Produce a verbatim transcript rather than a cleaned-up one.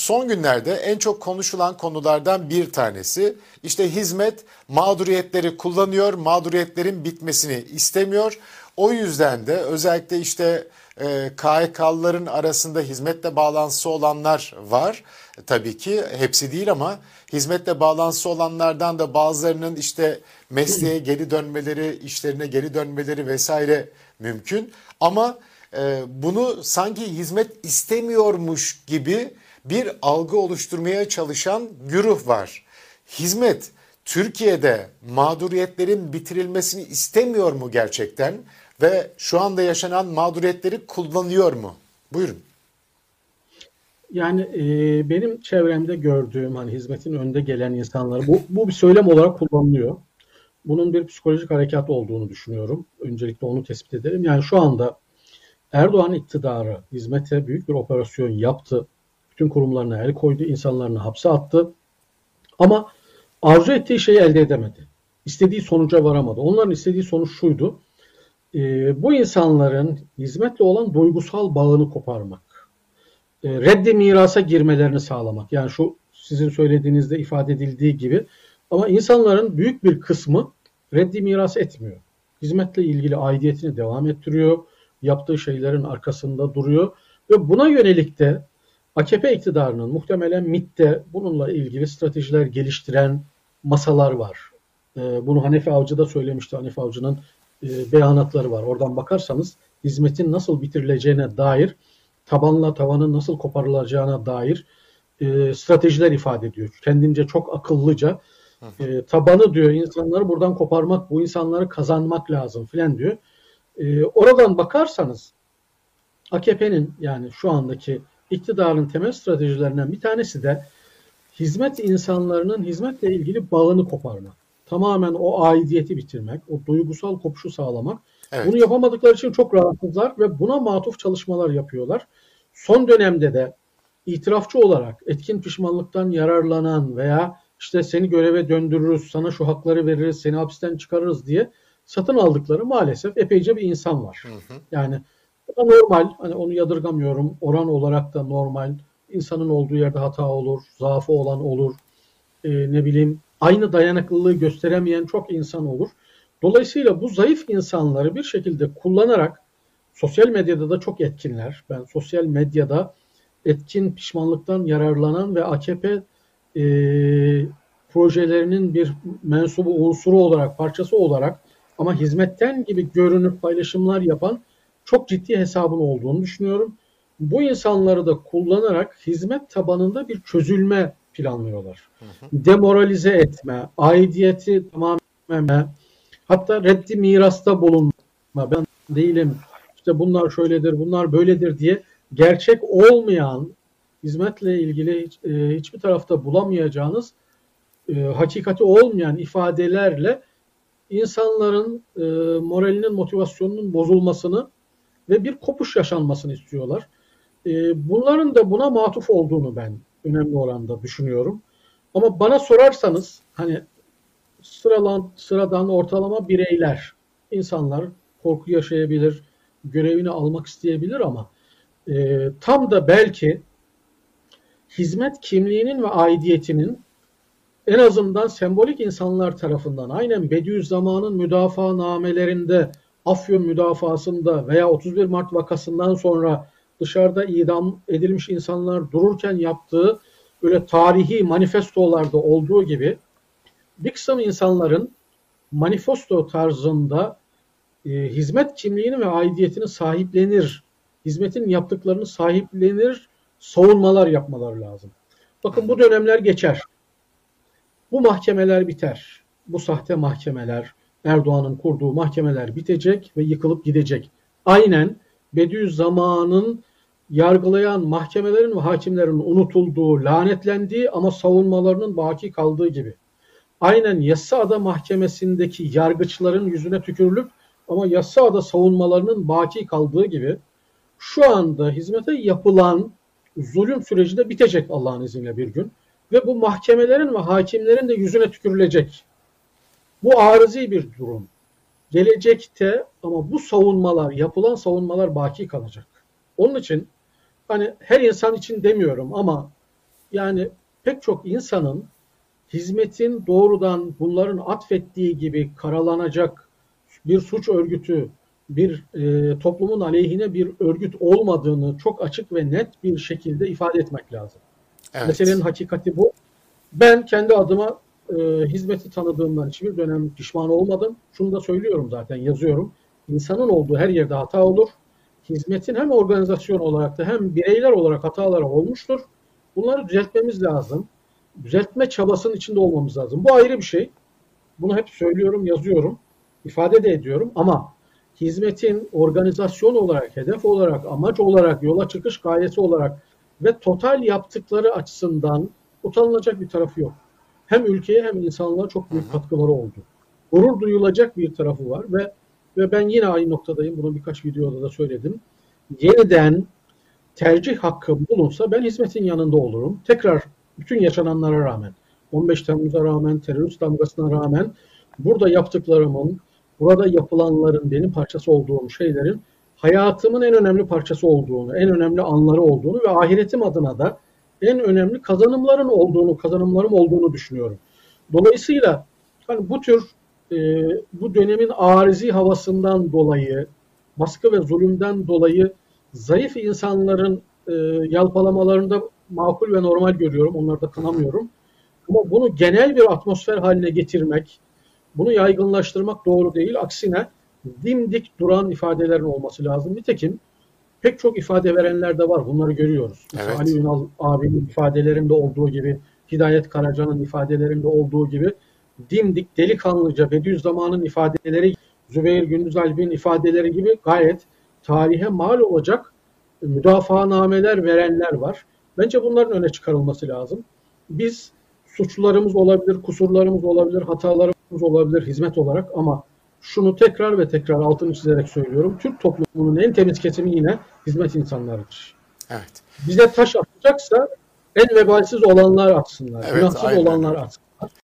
son günlerde en çok konuşulan konulardan bir tanesi. İşte hizmet mağduriyetleri kullanıyor, mağduriyetlerin bitmesini istemiyor. O yüzden de özellikle işte e, K H K'lıların arasında hizmetle bağlantısı olanlar var. E, tabii ki hepsi değil ama hizmetle bağlantısı olanlardan da bazılarının işte mesleğe geri dönmeleri, işlerine geri dönmeleri vesaire mümkün. Ama e, bunu sanki hizmet istemiyormuş gibi bir algı oluşturmaya çalışan güruh var. Hizmet Türkiye'de mağduriyetlerin bitirilmesini istemiyor mu gerçekten ve şu anda yaşanan mağduriyetleri kullanıyor mu? Buyurun. Yani e, benim çevremde gördüğüm hani hizmetin önde gelen insanlar bu, bu bir söylem olarak kullanılıyor. Bunun bir psikolojik harekat olduğunu düşünüyorum. Öncelikle onu tespit edelim. Yani şu anda Erdoğan iktidarı hizmete büyük bir operasyon yaptı. Bütün kurumlarına el koydu, insanlarını hapse attı. Ama arzu ettiği şeyi elde edemedi. İstediği sonuca varamadı. Onların istediği sonuç şuydu. E, bu insanların hizmetle olan duygusal bağını koparmak. E, reddi mirasa girmelerini sağlamak. Yani şu sizin söylediğinizde ifade edildiği gibi. Ama insanların büyük bir kısmı reddi miras etmiyor. Hizmetle ilgili aidiyetini devam ettiriyor. Yaptığı şeylerin arkasında duruyor. Ve buna yönelik de A K P iktidarının muhtemelen M İ T'te bununla ilgili stratejiler geliştiren masalar var. E, bunu Hanefi Avcı da söylemişti. Hanefi Avcı'nın e, beyanatları var. Oradan bakarsanız hizmetin nasıl bitirileceğine dair, tabanla tavanın nasıl koparılacağına dair e, stratejiler ifade ediyor. Kendince çok akıllıca e, tabanı diyor insanları buradan koparmak, bu insanları kazanmak lazım filan diyor. E, oradan bakarsanız A K P'nin yani şu andaki iktidarın temel stratejilerinden bir tanesi de hizmet insanlarının hizmetle ilgili bağını koparmak. Tamamen o aidiyeti bitirmek, o duygusal kopuşu sağlamak. Evet. Bunu yapamadıkları için çok rahatsızlar ve buna matuf çalışmalar yapıyorlar. Son dönemde de itirafçı olarak etkin pişmanlıktan yararlanan veya işte seni göreve döndürürüz, sana şu hakları veririz, seni hapisten çıkarırız diye satın aldıkları maalesef epeyce bir insan var. Hı hı. Yani normal, hani onu yadırgamıyorum, oran olarak da normal. İnsanın olduğu yerde hata olur, zaafı olan olur, ee, ne bileyim aynı dayanıklılığı gösteremeyen çok insan olur. Dolayısıyla bu zayıf insanları bir şekilde kullanarak sosyal medyada da çok etkinler. Ben sosyal medyada etkin pişmanlıktan yararlanan ve A K P e, projelerinin bir mensubu unsuru olarak, parçası olarak ama hizmetten gibi görünüp paylaşımlar yapan çok ciddi hesabın olduğunu düşünüyorum. Bu insanları da kullanarak hizmet tabanında bir çözülme planlıyorlar. Hı hı. Demoralize etme, aidiyeti tamamen, hatta reddi mirasta bulunma, ben değilim, işte bunlar şöyledir, bunlar böyledir diye gerçek olmayan, hizmetle ilgili hiç, e, hiçbir tarafta bulamayacağınız, e, hakikati olmayan ifadelerle insanların e, moralinin, motivasyonunun bozulmasını ve bir kopuş yaşanmasını istiyorlar. E, bunların da buna matuf olduğunu ben önemli oranda düşünüyorum. Ama bana sorarsanız hani sıralan, sıradan ortalama bireyler, insanlar korku yaşayabilir, görevini almak isteyebilir ama e, tam da belki hizmet kimliğinin ve aidiyetinin en azından sembolik insanlar tarafından aynen Bediüzzaman'ın müdafaa namelerinde, Afyon müdafasında veya otuz bir Mart vakasından sonra dışarıda idam edilmiş insanlar dururken yaptığı böyle tarihi manifestolarda olduğu gibi bir kısım insanların manifesto tarzında e, hizmet kimliğini ve aidiyetini sahiplenir, hizmetin yaptıklarını sahiplenir, savunmalar yapmaları lazım. Bakın bu dönemler geçer. Bu mahkemeler biter. Bu sahte mahkemeler, Erdoğan'ın kurduğu mahkemeler bitecek ve yıkılıp gidecek. Aynen Bediüzzaman'ın yargılayan mahkemelerin ve hakimlerin unutulduğu, lanetlendiği ama savunmalarının baki kaldığı gibi. Aynen Yassıada Mahkemesi'ndeki yargıçların yüzüne tükürülüp ama Yassıada savunmalarının baki kaldığı gibi şu anda hizmete yapılan zulüm süreci de bitecek Allah'ın izniyle bir gün. Ve bu mahkemelerin ve hakimlerin de yüzüne tükürülecek. Bu arızi bir durum. Gelecekte ama bu savunmalar, yapılan savunmalar baki kalacak. Onun için hani her insan için demiyorum ama yani pek çok insanın hizmetin doğrudan bunların atfettiği gibi karalanacak bir suç örgütü, bir e, toplumun aleyhine bir örgüt olmadığını çok açık ve net bir şekilde ifade etmek lazım. Evet. Meselenin hakikati bu. Ben kendi adıma e, hizmeti tanıdığımdan hiçbir dönem pişman olmadım. Şunu da söylüyorum, zaten yazıyorum. İnsanın olduğu her yerde hata olur. Hizmetin hem organizasyon olarak da hem bireyler olarak hataları olmuştur. Bunları düzeltmemiz lazım. Düzeltme çabasının içinde olmamız lazım. Bu ayrı bir şey. Bunu hep söylüyorum, yazıyorum, ifade de ediyorum ama hizmetin organizasyon olarak, hedef olarak, amaç olarak, yola çıkış gayesi olarak ve total yaptıkları açısından utanılacak bir tarafı yok. Hem ülkeye hem insanlığa çok büyük katkıları oldu. Gurur duyulacak bir tarafı var ve ve ben yine aynı noktadayım. Bunu birkaç videoda da söyledim. Yeniden tercih hakkı bulunsa ben hizmetin yanında olurum. Tekrar bütün yaşananlara rağmen, on beş Temmuz'a rağmen, terörist damgasına rağmen burada yaptıklarımın, burada yapılanların benim parçası olduğum şeylerin hayatımın en önemli parçası olduğunu, en önemli anları olduğunu ve ahiretim adına da en önemli kazanımların olduğunu, kazanımlarım olduğunu düşünüyorum. Dolayısıyla hani bu tür e, bu dönemin arizi havasından dolayı, baskı ve zulümden dolayı zayıf insanların e, yalpalamalarında makul ve normal görüyorum. Onları da kınamıyorum. Ama bunu genel bir atmosfer haline getirmek, bunu yaygınlaştırmak doğru değil. Aksine dimdik duran ifadelerin olması lazım. Nitekim pek çok ifade verenler de var. Bunları görüyoruz. Mesela Evet. Ali Ünal abinin ifadelerinde olduğu gibi, Hidayet Karaca'nın ifadelerinde olduğu gibi dimdik, delikanlıca Bediüzzaman'ın ifadeleri, Zübeyir Gündüz Alp'in ifadeleri gibi gayet tarihe mal olacak müdafaa-nameler verenler var. Bence bunların öne çıkarılması lazım. Biz suçlarımız olabilir, kusurlarımız olabilir, hatalarımız olabilir hizmet olarak ama şunu tekrar ve tekrar altını çizerek söylüyorum. Türk toplumunun en temiz kesimi yine hizmet insanlarıdır. Evet. Bize taş atacaksa en vebalsiz olanlar atsınlar, Evet, günahsız aynen. olanlar atsınlar.